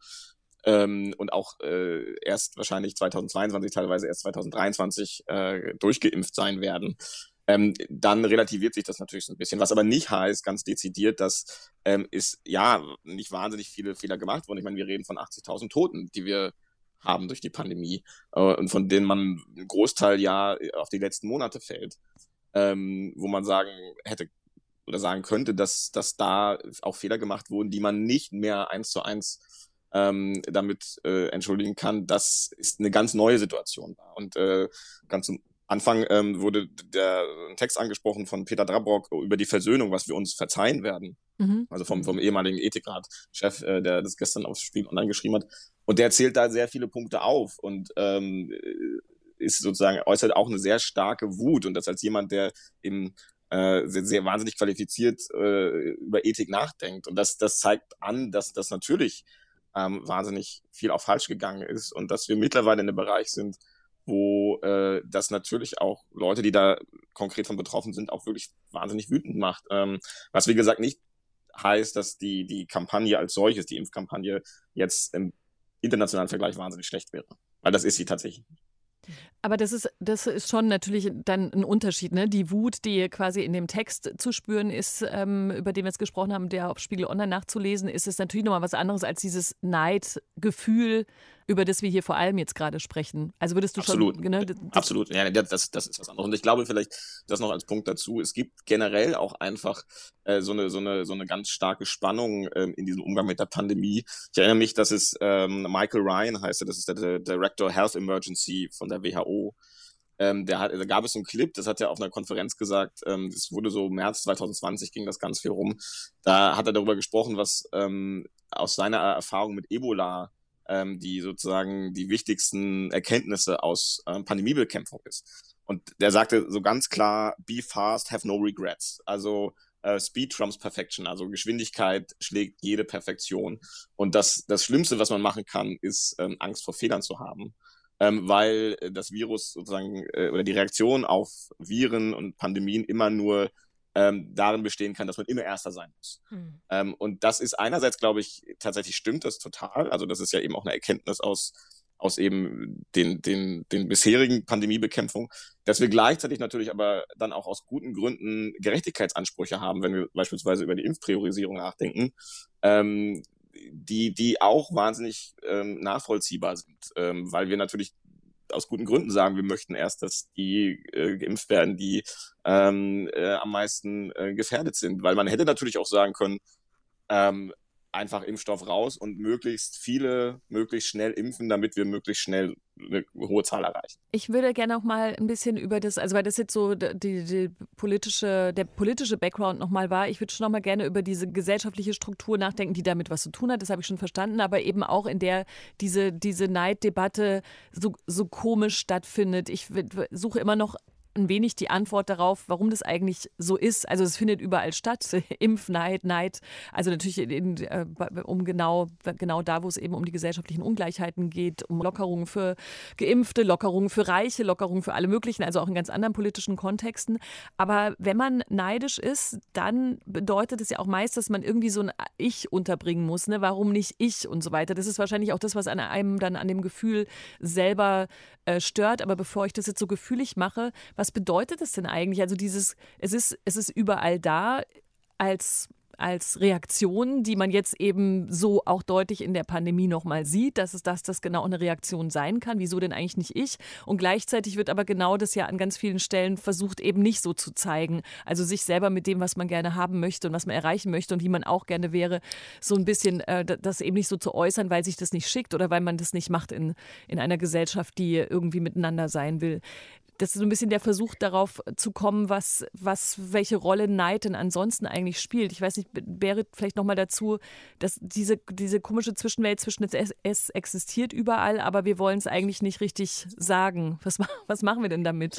Speaker 4: Ähm, und auch äh, erst wahrscheinlich zweitausendzweiundzwanzig, teilweise erst zweitausenddreiundzwanzig äh, durchgeimpft sein werden, ähm, dann relativiert sich das natürlich so ein bisschen. Was aber nicht heißt, ganz dezidiert, dass ähm, ist ja nicht wahnsinnig viele Fehler gemacht wurden. Ich meine, wir reden von achtzigtausend Toten, die wir haben durch die Pandemie äh, und von denen man einen Großteil ja auf die letzten Monate fällt, ähm, wo man sagen hätte oder sagen könnte, dass, dass da auch Fehler gemacht wurden, die man nicht mehr eins zu eins Ähm, damit äh, entschuldigen kann, dass es eine ganz neue Situation war. Und äh, ganz zum Anfang ähm, wurde der ein Text angesprochen von Peter Drabrock über die Versöhnung, was wir uns verzeihen werden. Mhm. Also vom, vom ehemaligen Ethikrat-Chef, äh, der das gestern aufs Spiel online geschrieben hat. Und der zählt da sehr viele Punkte auf und ähm, ist sozusagen, äußert auch eine sehr starke Wut. Und das als jemand, der eben äh, sehr, sehr wahnsinnig qualifiziert äh, über Ethik nachdenkt. Und das, das zeigt an, dass das natürlich Ähm, wahnsinnig viel auch falsch gegangen ist und dass wir mittlerweile in einem Bereich sind, wo äh, das natürlich auch Leute, die da konkret von betroffen sind, auch wirklich wahnsinnig wütend macht. Ähm, was wie gesagt nicht heißt, dass die, die Kampagne als solches, die Impfkampagne, jetzt im internationalen Vergleich wahnsinnig schlecht wäre. Weil das ist sie tatsächlich.
Speaker 2: Aber das ist, das ist schon natürlich dann ein Unterschied, ne? Die Wut, die quasi in dem Text zu spüren ist, ähm, über den wir jetzt gesprochen haben, der auf Spiegel Online nachzulesen, ist es natürlich nochmal was anderes als dieses Neid Gefühl, über das wir hier vor allem jetzt gerade sprechen. Also würdest du
Speaker 4: Absolut.
Speaker 2: schon... Ne, das,
Speaker 4: Absolut, ja, das, das ist was anderes. Und ich glaube vielleicht, das noch als Punkt dazu, es gibt generell auch einfach äh, so, eine, so, eine, so eine ganz starke Spannung ähm, in diesem Umgang mit der Pandemie. Ich erinnere mich, dass es ähm, Michael Ryan heißt, das ist der, der Director Health Emergency von der W H O. Ähm, der hat, da gab es so einen Clip, das hat er auf einer Konferenz gesagt, ähm, das wurde so März zwanzig zwanzig, ging das ganz viel rum. Da hat er darüber gesprochen, was ähm, aus seiner Erfahrung mit Ebola ähm, die sozusagen die wichtigsten Erkenntnisse aus ähm, Pandemiebekämpfung ist. Und der sagte so ganz klar, be fast, have no regrets. Also äh, Speed trumps perfection, also Geschwindigkeit schlägt jede Perfektion. Und das, das Schlimmste, was man machen kann, ist ähm, Angst vor Fehlern zu haben. Ähm, weil das Virus sozusagen äh, oder die Reaktion auf Viren und Pandemien immer nur ähm, darin bestehen kann, dass man immer Erster sein muss. Mhm. Ähm, und das ist einerseits, glaube ich, tatsächlich stimmt das total. Also das ist ja eben auch eine Erkenntnis aus, aus eben den, den, den bisherigen Pandemiebekämpfung, dass wir gleichzeitig natürlich aber dann auch aus guten Gründen Gerechtigkeitsansprüche haben, wenn wir beispielsweise über die Impfpriorisierung nachdenken, ähm, die, die auch wahnsinnig ähm, nachvollziehbar sind, ähm, weil wir natürlich aus guten Gründen sagen, wir möchten erst, dass die äh, geimpft werden, die ähm, äh, am meisten äh, gefährdet sind. Weil man hätte natürlich auch sagen können, ähm, einfach Impfstoff raus und möglichst viele, möglichst schnell impfen, damit wir möglichst schnell eine hohe Zahl erreichen.
Speaker 2: Ich würde gerne auch mal ein bisschen über das, also weil das jetzt so die, die politische, der politische Background nochmal war, ich würde schon nochmal gerne über diese gesellschaftliche Struktur nachdenken, die damit was zu tun hat, das habe ich schon verstanden, aber eben auch in der diese, diese Neiddebatte so, so komisch stattfindet. Ich suche immer noch ein wenig die Antwort darauf, warum das eigentlich so ist. Also es findet überall statt, Impfneid, Neid, also natürlich in, äh, um genau, genau da, wo es eben um die gesellschaftlichen Ungleichheiten geht, um Lockerungen für Geimpfte, Lockerungen für Reiche, Lockerungen für alle möglichen, also auch in ganz anderen politischen Kontexten. Aber wenn man neidisch ist, dann bedeutet es ja auch meist, dass man irgendwie so ein Ich unterbringen muss, ne? Warum nicht ich und so weiter. Das ist wahrscheinlich auch das, was an einem dann an dem Gefühl selber äh, stört. Aber bevor ich das jetzt so gefühlig mache, was bedeutet es denn eigentlich? Also dieses, es ist, es ist überall da als, als Reaktion, die man jetzt eben so auch deutlich in der Pandemie nochmal sieht, dass es dass das genau eine Reaktion sein kann. Wieso denn eigentlich nicht ich? Und gleichzeitig wird aber genau das ja an ganz vielen Stellen versucht, eben nicht so zu zeigen. Also sich selber mit dem, was man gerne haben möchte und was man erreichen möchte und wie man auch gerne wäre, so ein bisschen äh, das eben nicht so zu äußern, weil sich das nicht schickt oder weil man das nicht macht in, in einer Gesellschaft, die irgendwie miteinander sein will. Das ist so ein bisschen der Versuch, darauf zu kommen, was, was, welche Rolle Neid denn ansonsten eigentlich spielt. Ich weiß nicht, Berit, vielleicht nochmal dazu, dass diese, diese komische Zwischenwelt zwischen es, es existiert überall, aber wir wollen es eigentlich nicht richtig sagen. Was, was machen wir denn damit?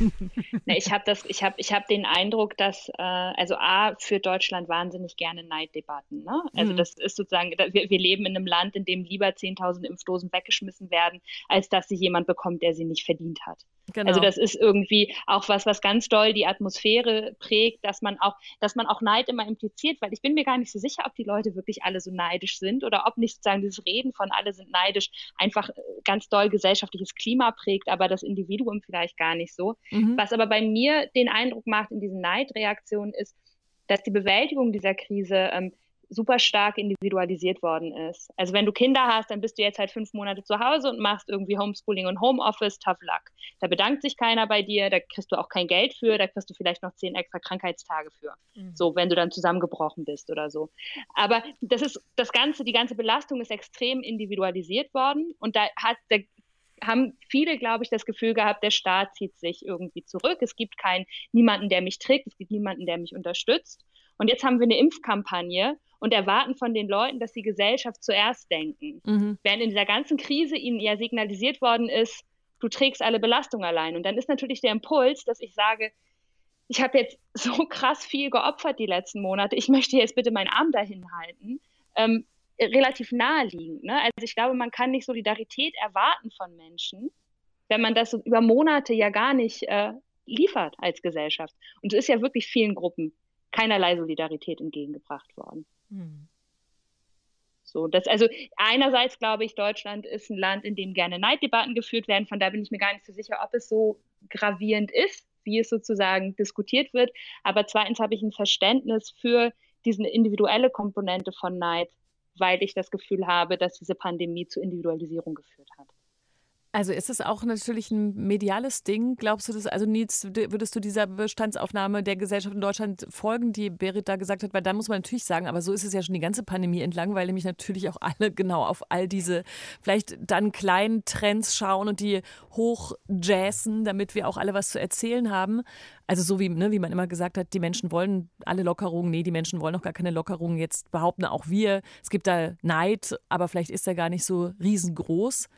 Speaker 5: Na, ich habe das, ich habe, ich habe den Eindruck, dass, äh, also A, führt Deutschland wahnsinnig gerne Neiddebatten. Ne? Also mhm. das ist sozusagen, wir, wir leben in einem Land, in dem lieber zehntausend Impfdosen weggeschmissen werden, als dass sie jemand bekommt, der sie nicht verdient hat. Genau. Also das ist irgendwie auch was, was ganz doll die Atmosphäre prägt, dass man auch, dass man auch Neid immer impliziert, weil ich bin mir gar nicht so sicher, ob die Leute wirklich alle so neidisch sind oder ob nicht sozusagen dieses Reden von alle sind neidisch einfach ganz doll gesellschaftliches Klima prägt, aber das Individuum vielleicht gar nicht so. Mhm. Was aber bei mir den Eindruck macht in diesen Neidreaktionen ist, dass die Bewältigung dieser Krise ähm, super stark individualisiert worden ist. Also wenn du Kinder hast, dann bist du jetzt halt fünf Monate zu Hause und machst irgendwie Homeschooling und Homeoffice, tough luck. Da bedankt sich keiner bei dir, da kriegst du auch kein Geld für, da kriegst du vielleicht noch zehn extra Krankheitstage für. Mhm. So, wenn du dann zusammengebrochen bist oder so. Aber das ist, das Ganze, die ganze Belastung ist extrem individualisiert worden und da hat der haben viele, glaube ich, das Gefühl gehabt, der Staat zieht sich irgendwie zurück. Es gibt keinen, niemanden, der mich trägt, es gibt niemanden, der mich unterstützt. Und jetzt haben wir eine Impfkampagne und erwarten von den Leuten, dass die Gesellschaft zuerst denken. Mhm. Während in dieser ganzen Krise ihnen ja signalisiert worden ist, du trägst alle Belastung allein. Und dann ist natürlich der Impuls, dass ich sage, ich habe jetzt so krass viel geopfert die letzten Monate, ich möchte jetzt bitte meinen Arm dahin halten, ähm, relativ naheliegend. Ne? Also ich glaube, man kann nicht Solidarität erwarten von Menschen, wenn man das so über Monate ja gar nicht äh, liefert als Gesellschaft. Und es ist ja wirklich vielen Gruppen keinerlei Solidarität entgegengebracht worden. Hm. So, das, also einerseits glaube ich, Deutschland ist ein Land, in dem gerne Neiddebatten geführt werden. Von da bin ich mir gar nicht so sicher, ob es so gravierend ist, wie es sozusagen diskutiert wird. Aber zweitens habe ich ein Verständnis für diese individuelle Komponente von Neid, weil ich das Gefühl habe, dass diese Pandemie zur Individualisierung geführt hat.
Speaker 2: Also ist es auch natürlich ein mediales Ding? Glaubst du das, also Nils, würdest du dieser Bestandsaufnahme der Gesellschaft in Deutschland folgen, die Berit da gesagt hat? Weil da muss man natürlich sagen, aber so ist es ja schon die ganze Pandemie entlang, weil nämlich natürlich auch alle genau auf all diese vielleicht dann kleinen Trends schauen und die hochjazzen, damit wir auch alle was zu erzählen haben. Also so wie, ne, wie man immer gesagt hat, die Menschen wollen alle Lockerungen. Nee, die Menschen wollen noch gar keine Lockerungen. Jetzt behaupten auch wir, es gibt da Neid, aber vielleicht ist er gar nicht so riesengroß.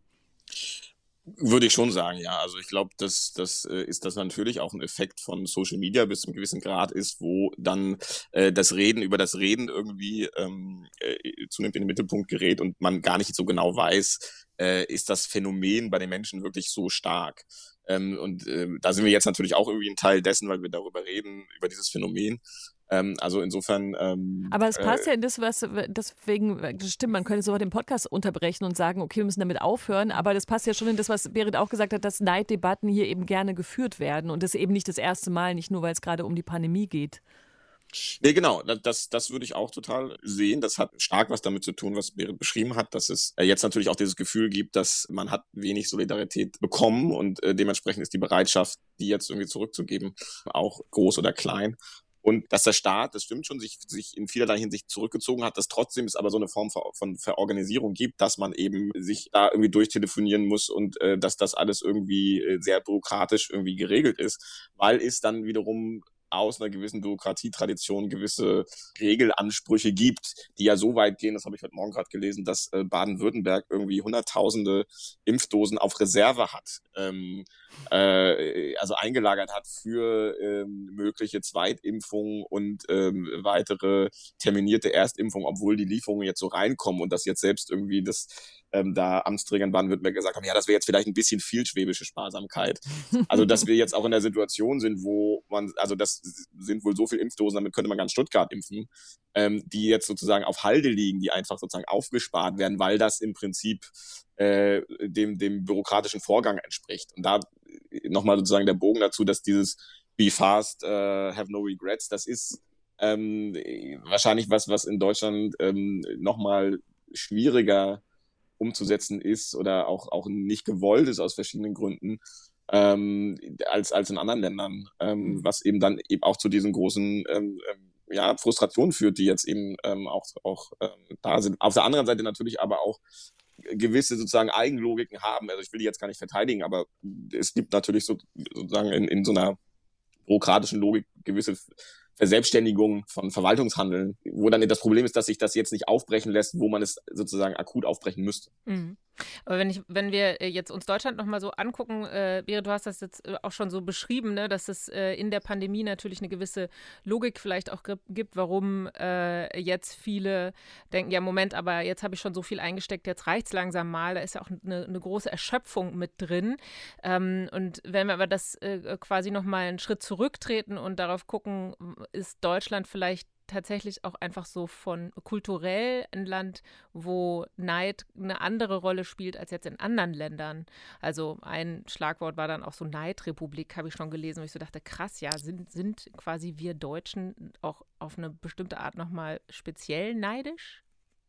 Speaker 4: Würde ich schon sagen, ja. Also ich glaube, dass das äh, ist das natürlich auch ein Effekt von Social Media bis zu einem gewissen Grad ist, wo dann äh, das Reden über das Reden irgendwie ähm, äh, zunehmend in den Mittelpunkt gerät und man gar nicht so genau weiß, äh, ist das Phänomen bei den Menschen wirklich so stark. Ähm, und äh, da sind wir jetzt natürlich auch irgendwie ein Teil dessen, weil wir darüber reden, über dieses Phänomen. Ähm, also insofern. Ähm,
Speaker 2: Aber es passt
Speaker 4: äh,
Speaker 2: ja in das, was deswegen, das stimmt, man könnte sofort den Podcast unterbrechen und sagen, okay, wir müssen damit aufhören. Aber das passt ja schon in das, was Berit auch gesagt hat, dass Neiddebatten hier eben gerne geführt werden. Und das eben nicht das erste Mal, nicht nur, weil es gerade um die Pandemie geht.
Speaker 4: Nee, genau, das, das würde ich auch total sehen. Das hat stark was damit zu tun, was Berit beschrieben hat, dass es jetzt natürlich auch dieses Gefühl gibt, dass man hat wenig Solidarität bekommen und äh, dementsprechend ist die Bereitschaft, die jetzt irgendwie zurückzugeben, auch groß oder klein. Und dass der Staat, das stimmt schon, sich, sich in vielerlei Hinsicht zurückgezogen hat, dass trotzdem es aber so eine Form von Verorganisierung gibt, dass man eben sich da irgendwie durchtelefonieren muss und äh, dass das alles irgendwie äh, sehr bürokratisch irgendwie geregelt ist, weil es dann wiederum aus einer gewissen Bürokratietradition gewisse Regelansprüche gibt, die ja so weit gehen, das habe ich heute Morgen gerade gelesen, dass äh, Baden-Württemberg irgendwie hunderttausende Impfdosen auf Reserve hat, ähm, äh, also eingelagert hat für ähm, mögliche Zweitimpfungen und ähm, weitere terminierte Erstimpfungen, obwohl die Lieferungen jetzt so reinkommen und dass jetzt selbst irgendwie das ähm, da Amtsträger in Baden-Württemberg gesagt haben, ja, das wäre jetzt vielleicht ein bisschen viel schwäbische Sparsamkeit. Also, dass wir jetzt auch in der Situation sind, wo man, also das sind wohl so viele Impfdosen, damit könnte man ganz Stuttgart impfen, ähm, die jetzt sozusagen auf Halde liegen, die einfach sozusagen aufgespart werden, weil das im Prinzip äh, dem, dem bürokratischen Vorgang entspricht. Und da nochmal sozusagen der Bogen dazu, dass dieses Be fast, uh, have no regrets, das ist ähm, wahrscheinlich was, was in Deutschland ähm, nochmal schwieriger umzusetzen ist oder auch, auch nicht gewollt ist aus verschiedenen Gründen, ähm, als, als in anderen Ländern, ähm, was eben dann eben auch zu diesen großen ähm, ja, Frustrationen führt, die jetzt eben ähm, auch, auch ähm, da sind. Auf der anderen Seite natürlich aber auch gewisse sozusagen Eigenlogiken haben. Also ich will die jetzt gar nicht verteidigen, aber es gibt natürlich so, sozusagen in, in so einer bürokratischen Logik gewisse Verselbstständigung von Verwaltungshandeln, wo dann das Problem ist, dass sich das jetzt nicht aufbrechen lässt, wo man es sozusagen akut aufbrechen müsste.
Speaker 3: Mhm. Aber wenn ich, wenn wir jetzt uns Deutschland nochmal so angucken, äh, Berit, du hast das jetzt auch schon so beschrieben, ne, dass es äh, in der Pandemie natürlich eine gewisse Logik vielleicht auch gibt, warum äh, jetzt viele denken, ja Moment, aber jetzt habe ich schon so viel eingesteckt, jetzt reicht es langsam mal, da ist ja auch eine, eine große Erschöpfung mit drin. Ähm, und wenn wir aber das äh, quasi nochmal einen Schritt zurücktreten und darauf gucken, ist Deutschland vielleicht tatsächlich auch einfach so von kulturell ein Land, wo Neid eine andere Rolle spielt als jetzt in anderen Ländern. Also ein Schlagwort war dann auch so Neidrepublik, habe ich schon gelesen, wo ich so dachte, krass, ja, sind, sind quasi wir Deutschen auch auf eine bestimmte Art nochmal speziell neidisch?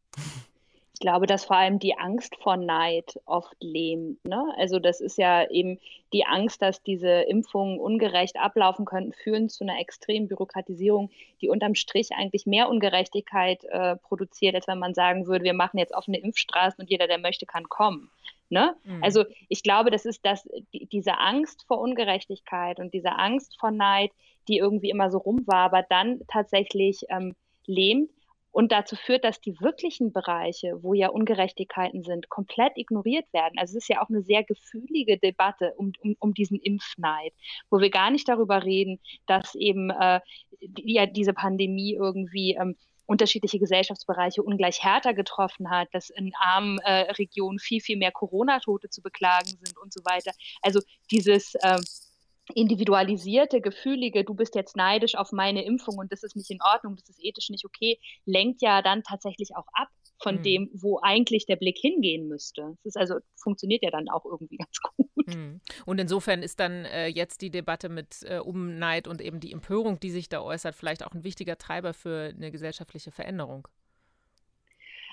Speaker 5: Ich glaube, dass vor allem die Angst vor Neid oft lähmt. Ne? Also das ist ja eben die Angst, dass diese Impfungen ungerecht ablaufen könnten, führen zu einer extremen Bürokratisierung, die unterm Strich eigentlich mehr Ungerechtigkeit äh, produziert, als wenn man sagen würde, wir machen jetzt offene Impfstraßen und jeder, der möchte, kann kommen. Ne? Mhm. Also ich glaube, das ist das, die, diese Angst vor Ungerechtigkeit und diese Angst vor Neid, die irgendwie immer so rumwabert, dann tatsächlich ähm, lähmt. Und dazu führt, dass die wirklichen Bereiche, wo ja Ungerechtigkeiten sind, komplett ignoriert werden. Also es ist ja auch eine sehr gefühlige Debatte um, um, um diesen Impfneid, wo wir gar nicht darüber reden, dass eben äh, die, ja, diese Pandemie irgendwie ähm, unterschiedliche Gesellschaftsbereiche ungleich härter getroffen hat, dass in armen äh, Regionen viel, viel mehr Corona-Tote zu beklagen sind und so weiter. Also dieses äh, individualisierte, gefühlige, du bist jetzt neidisch auf meine Impfung und das ist nicht in Ordnung, das ist ethisch nicht okay, lenkt ja dann tatsächlich auch ab von mhm. dem, wo eigentlich der Blick hingehen müsste. Das ist also, funktioniert ja dann auch irgendwie ganz gut.
Speaker 3: Mhm. Und insofern ist dann äh, jetzt die Debatte mit äh, um Neid und eben die Empörung, die sich da äußert, vielleicht auch ein wichtiger Treiber für eine gesellschaftliche Veränderung.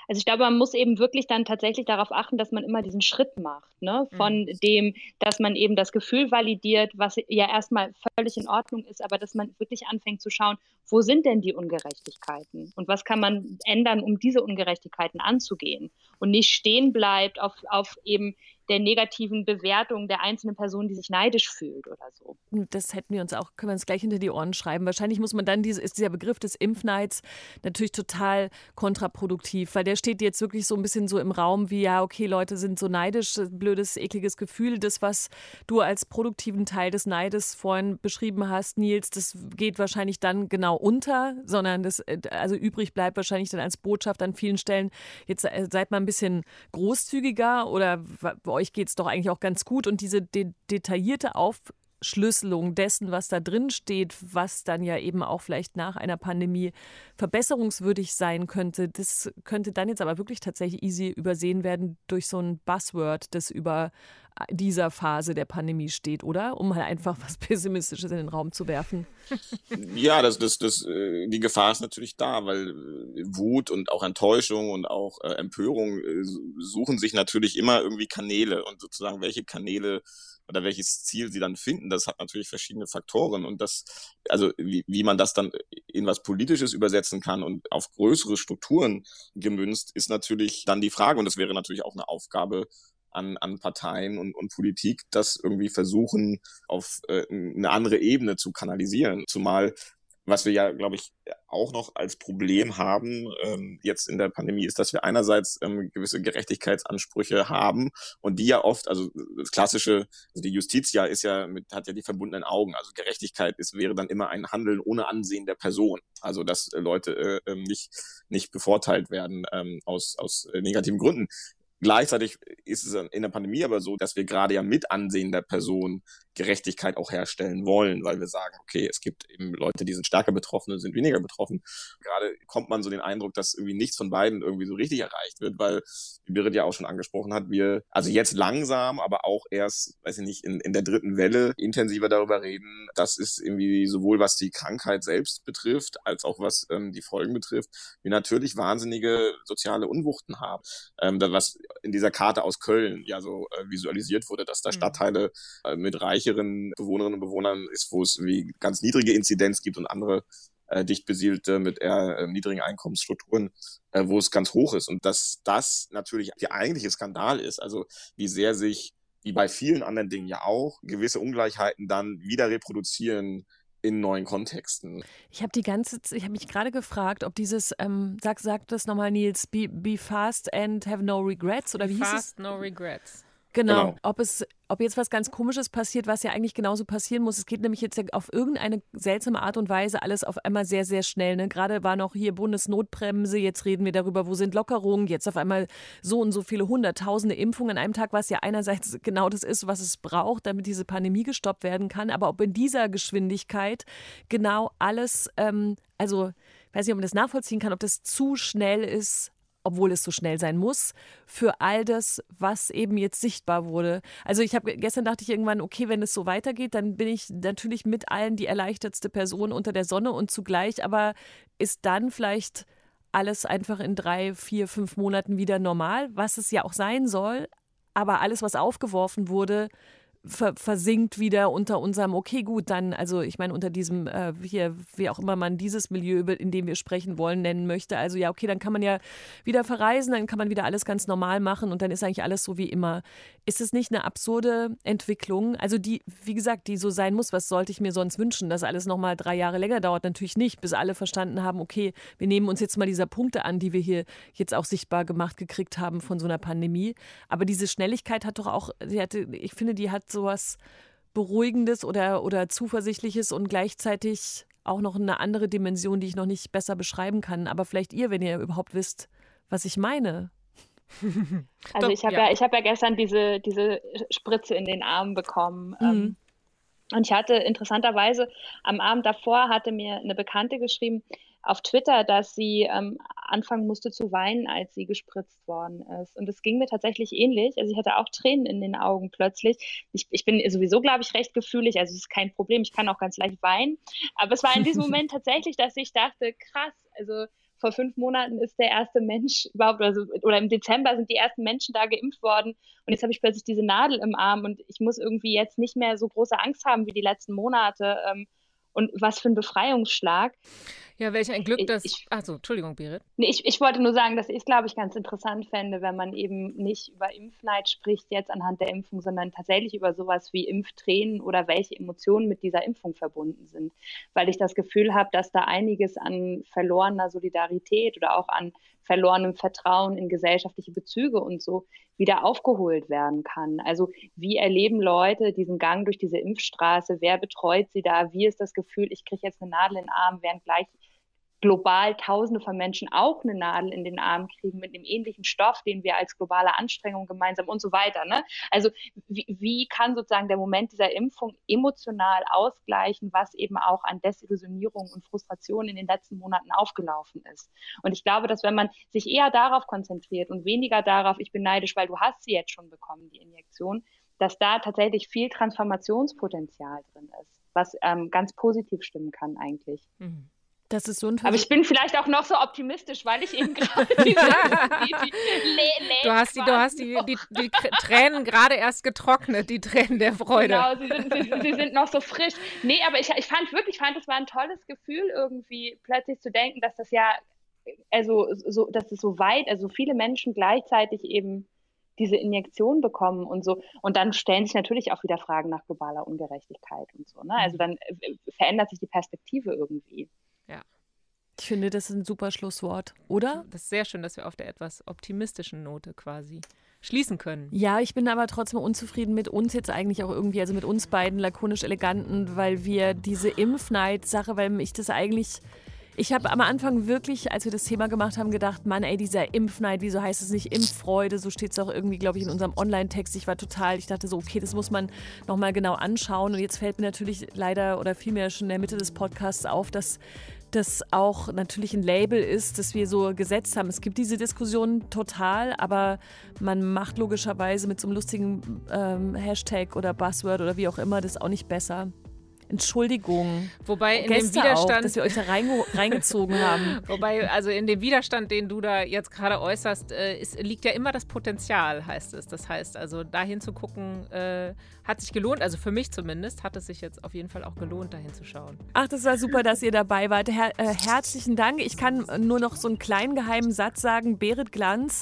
Speaker 5: Also ich glaube, man muss eben wirklich dann tatsächlich darauf achten, dass man immer diesen Schritt macht, ne? Von mhm. dem, dass man eben das Gefühl validiert, was ja erstmal völlig in Ordnung ist, aber dass man wirklich anfängt zu schauen, wo sind denn die Ungerechtigkeiten und was kann man ändern, um diese Ungerechtigkeiten anzugehen und nicht stehen bleibt auf, auf eben der negativen Bewertung der einzelnen Person, die sich neidisch fühlt oder so.
Speaker 2: Das hätten wir uns auch, können wir uns gleich hinter die Ohren schreiben. Wahrscheinlich muss man dann, diese, ist dieser Begriff des Impfneids natürlich total kontraproduktiv, weil der steht jetzt wirklich so ein bisschen so im Raum wie, ja, okay, Leute sind so neidisch, blödes, ekliges Gefühl. Das, was du als produktiven Teil des Neides vorhin beschrieben hast, Nils, das geht wahrscheinlich dann genau unter, sondern das, also übrig bleibt wahrscheinlich dann als Botschaft an vielen Stellen, jetzt seid mal ein bisschen großzügiger oder bei euch geht es doch eigentlich auch ganz gut und diese de- detaillierte Aufschlüsselung dessen, was da drin steht, was dann ja eben auch vielleicht nach einer Pandemie verbesserungswürdig sein könnte, das könnte dann jetzt aber wirklich tatsächlich easy übersehen werden durch so ein Buzzword, das über dieser Phase der Pandemie steht, oder? Um mal einfach was Pessimistisches in den Raum zu werfen.
Speaker 4: Ja, das, das, das, die Gefahr ist natürlich da, weil Wut und auch Enttäuschung und auch äh, Empörung äh, suchen sich natürlich immer irgendwie Kanäle und sozusagen welche Kanäle oder welches Ziel sie dann finden, das hat natürlich verschiedene Faktoren und das, also wie, wie man das dann in was Politisches übersetzen kann und auf größere Strukturen gemünzt, ist natürlich dann die Frage und das wäre natürlich auch eine Aufgabe An, an Parteien und, und Politik, das irgendwie versuchen, auf äh, eine andere Ebene zu kanalisieren. Zumal, was wir ja, glaube ich, auch noch als Problem haben, ähm, jetzt in der Pandemie, ist, dass wir einerseits ähm, gewisse Gerechtigkeitsansprüche haben und die ja oft, also das klassische, also die Justiz ja ist ja mit, hat ja die verbundenen Augen. Also Gerechtigkeit ist, wäre dann immer ein Handeln ohne Ansehen der Person. Also dass äh, Leute äh, nicht, nicht bevorteilt werden ähm, aus, aus äh, negativen Gründen. Gleichzeitig ist es in der Pandemie aber so, dass wir gerade ja mit Ansehen der Person Gerechtigkeit auch herstellen wollen, weil wir sagen, okay, es gibt eben Leute, die sind stärker betroffen und sind weniger betroffen. Gerade kommt man so den Eindruck, dass irgendwie nichts von beiden irgendwie so richtig erreicht wird, weil, wie Birgit ja auch schon angesprochen hat, wir also jetzt langsam, aber auch erst, weiß ich nicht, in, in der dritten Welle intensiver darüber reden. Das ist irgendwie sowohl was die Krankheit selbst betrifft, als auch was ähm, die Folgen betrifft, wir natürlich wahnsinnige soziale Unwuchten haben. Ähm, das, was in dieser Karte aus Köln ja so äh, visualisiert wurde, dass da Stadtteile äh, mit reicheren Bewohnerinnen und Bewohnern ist, wo es wie ganz niedrige Inzidenz gibt und andere äh, dicht besiedelte mit eher äh, niedrigen Einkommensstrukturen, äh, wo es ganz hoch ist. Und dass das natürlich der eigentliche Skandal ist, also wie sehr sich, wie bei vielen anderen Dingen ja auch, gewisse Ungleichheiten dann wieder reproduzieren in neuen Kontexten.
Speaker 2: Ich habe die ganze, ich habe mich gerade gefragt, ob dieses, ähm, sag, sag das nochmal, Nils, be, be fast and have no regrets, oder wie hieß es?
Speaker 3: Fast, no regrets.
Speaker 2: Genau,
Speaker 4: Genau.
Speaker 2: ob es, ob jetzt was ganz Komisches passiert, was ja eigentlich genauso passieren muss. Es geht nämlich jetzt ja auf irgendeine seltsame Art und Weise alles auf einmal sehr, sehr schnell. Ne? Gerade war noch hier Bundesnotbremse, jetzt reden wir darüber, wo sind Lockerungen, jetzt auf einmal so und so viele hunderttausende Impfungen an einem Tag, was ja einerseits genau das ist, was es braucht, damit diese Pandemie gestoppt werden kann, aber ob in dieser Geschwindigkeit genau alles, ähm, also ich weiß nicht, ob man das nachvollziehen kann, ob das zu schnell ist, obwohl es so schnell sein muss, für all das, was eben jetzt sichtbar wurde. Also ich habe gestern dachte ich irgendwann, okay, wenn es so weitergeht, dann bin ich natürlich mit allen die erleichtertste Person unter der Sonne und zugleich aber ist dann vielleicht alles einfach in drei, vier, fünf Monaten wieder normal, was es ja auch sein soll, aber alles, was aufgeworfen wurde, Ver, versinkt wieder unter unserem, okay, gut, dann, also ich meine, unter diesem, äh, hier, wie auch immer man dieses Milieu, in dem wir sprechen wollen, nennen möchte. Also ja, okay, dann kann man ja wieder verreisen, dann kann man wieder alles ganz normal machen und dann ist eigentlich alles so wie immer. Ist es nicht eine absurde Entwicklung? Also die, wie gesagt, die so sein muss, was sollte ich mir sonst wünschen, dass alles nochmal drei Jahre länger dauert? Natürlich nicht, bis alle verstanden haben, okay, wir nehmen uns jetzt mal dieser Punkte an, die wir hier jetzt auch sichtbar gemacht gekriegt haben von so einer Pandemie. Aber diese Schnelligkeit hat doch auch, die hatte, ich finde, die hat sowas Beruhigendes oder, oder Zuversichtliches und gleichzeitig auch noch eine andere Dimension, die ich noch nicht besser beschreiben kann. Aber vielleicht ihr, wenn ihr überhaupt wisst, was ich meine.
Speaker 5: Also
Speaker 3: Doch,
Speaker 5: ich habe
Speaker 3: ja.
Speaker 5: ja, ich habe ja gestern diese, diese Spritze in den Arm bekommen.
Speaker 2: Mhm.
Speaker 5: Ähm, und ich hatte interessanterweise, am Abend davor hatte mir eine Bekannte geschrieben auf Twitter, dass sie ähm, anfangen musste zu weinen, als sie gespritzt worden ist. Und es ging mir tatsächlich ähnlich. Also ich hatte auch Tränen in den Augen plötzlich. Ich, ich bin sowieso, glaube ich, recht gefühlig. Also es ist kein Problem. Ich kann auch ganz leicht weinen. Aber es war in diesem Moment tatsächlich, dass ich dachte, krass, also vor fünf Monaten ist der erste Mensch überhaupt, also, oder im Dezember sind die ersten Menschen da geimpft worden und jetzt habe ich plötzlich diese Nadel im Arm und ich muss irgendwie jetzt nicht mehr so große Angst haben wie die letzten Monate. Ähm, und was für ein Befreiungsschlag.
Speaker 3: Ja, welch ein Glück, dass...
Speaker 5: Ich,
Speaker 3: Achso, Entschuldigung, Berit.
Speaker 5: Nee, ich, ich wollte nur sagen, dass ich es, glaube ich, ganz interessant fände, wenn man eben nicht über Impfneid spricht jetzt anhand der Impfung, sondern tatsächlich über sowas wie Impftränen oder welche Emotionen mit dieser Impfung verbunden sind. Weil ich das Gefühl habe, dass da einiges an verlorener Solidarität oder auch an verlorenem Vertrauen in gesellschaftliche Bezüge und so wieder aufgeholt werden kann. Also wie erleben Leute diesen Gang durch diese Impfstraße? Wer betreut sie da? Wie ist das Gefühl, ich kriege jetzt eine Nadel in den Arm, während gleich global Tausende von Menschen auch eine Nadel in den Arm kriegen mit einem ähnlichen Stoff, den wir als globale Anstrengung gemeinsam und so weiter. Ne? Also wie, wie kann sozusagen der Moment dieser Impfung emotional ausgleichen, was eben auch an Desillusionierung und Frustration in den letzten Monaten aufgelaufen ist? Und ich glaube, dass wenn man sich eher darauf konzentriert und weniger darauf, ich bin neidisch, weil du hast sie jetzt schon bekommen, die Injektion, dass da tatsächlich viel Transformationspotenzial drin ist, was ähm, ganz positiv stimmen kann eigentlich.
Speaker 3: Mhm.
Speaker 2: Das ist so ein
Speaker 5: Aber ich bin vielleicht auch noch so optimistisch, weil ich eben gerade diese die, die, die
Speaker 3: Du hast die, du hast die, die, die Tränen gerade erst getrocknet, die Tränen der Freude.
Speaker 5: Genau, sie sind, sie, sie sind noch so frisch. Nee, aber ich, ich fand wirklich, ich fand, es war ein tolles Gefühl, irgendwie plötzlich zu denken, dass das ja, also so, dass es so weit, also viele Menschen gleichzeitig eben diese Injektion bekommen und so. Und dann stellen sich natürlich auch wieder Fragen nach globaler Ungerechtigkeit und so. Ne? Also dann verändert sich die Perspektive irgendwie.
Speaker 3: Ja.
Speaker 2: Ich finde, das ist ein super Schlusswort, oder?
Speaker 3: Das ist sehr schön, dass wir auf der etwas optimistischen Note quasi schließen können.
Speaker 2: Ja, ich bin aber trotzdem unzufrieden mit uns jetzt eigentlich auch irgendwie, also mit uns beiden lakonisch Eleganten, weil wir diese Impfneid-Sache, weil ich das eigentlich... Ich habe am Anfang wirklich, als wir das Thema gemacht haben, gedacht, Mann, ey, dieser Impfneid, wieso heißt es nicht Impffreude? So steht es auch irgendwie, glaube ich, in unserem Online-Text. Ich war total, ich dachte so, okay, das muss man nochmal genau anschauen. Und jetzt fällt mir natürlich leider oder vielmehr schon in der Mitte des Podcasts auf, dass das auch natürlich ein Label ist, das wir so gesetzt haben. Es gibt diese Diskussion total, aber man macht logischerweise mit so einem lustigen ähm, Hashtag oder Buzzword oder wie auch immer das auch nicht besser. Entschuldigung.
Speaker 3: Wobei in
Speaker 2: Gäste
Speaker 3: dem Widerstand,
Speaker 2: auch, dass wir euch da reinge- reingezogen haben.
Speaker 3: Wobei, also in dem Widerstand, den du da jetzt gerade äußerst, äh, ist, liegt ja immer das Potenzial, heißt es. Das heißt, also dahin zu gucken, äh, hat sich gelohnt. Also für mich zumindest hat es sich jetzt auf jeden Fall auch gelohnt, dahin zu schauen.
Speaker 2: Ach, das war super, dass ihr dabei wart. Her- äh, herzlichen Dank. Ich kann nur noch so einen kleinen geheimen Satz sagen. Berit Glanz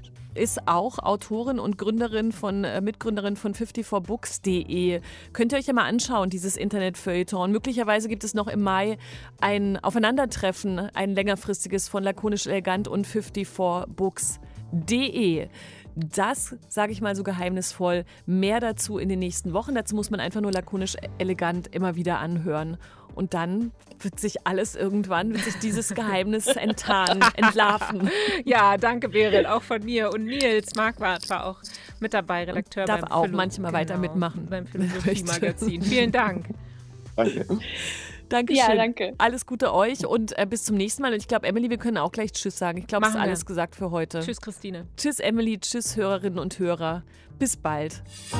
Speaker 2: ist auch Autorin und Gründerin von, äh, Mitgründerin von fünfundfünfzig books punkt de. Könnt ihr euch ja mal anschauen, dieses Internetfeuilleton. Möglicherweise gibt es noch im Mai ein Aufeinandertreffen, ein längerfristiges von Lakonisch Elegant und fünfundfünfzig books punkt de. Das, sage ich mal so geheimnisvoll, mehr dazu in den nächsten Wochen. Dazu muss man einfach nur lakonisch elegant immer wieder anhören. Und dann wird sich alles irgendwann, wird sich dieses Geheimnis enttarnen, entlarven.
Speaker 3: Ja, danke Berit, auch von mir. Und Nils Marquardt war auch mit dabei, Redakteur
Speaker 2: und darf
Speaker 3: beim
Speaker 2: auch
Speaker 3: Philo-
Speaker 2: manchmal
Speaker 3: genau,
Speaker 2: weiter mitmachen.
Speaker 3: Beim Philosophie-Magazin. Vielen Dank.
Speaker 4: Danke.
Speaker 2: Dankeschön.
Speaker 5: Ja, danke.
Speaker 2: Alles Gute euch und äh, bis zum nächsten Mal. Und ich glaube, Emily, wir können auch gleich Tschüss sagen. Ich glaube, es ist
Speaker 3: Machen wir.
Speaker 2: alles gesagt für heute.
Speaker 3: Tschüss, Christine.
Speaker 2: Tschüss, Emily. Tschüss, Hörerinnen und Hörer. Bis bald.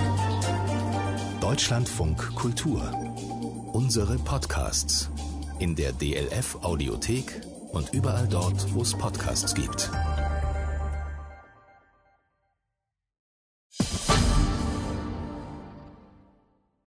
Speaker 1: Deutschlandfunk Kultur. Unsere Podcasts in der D L F Audiothek und überall dort, wo es Podcasts gibt.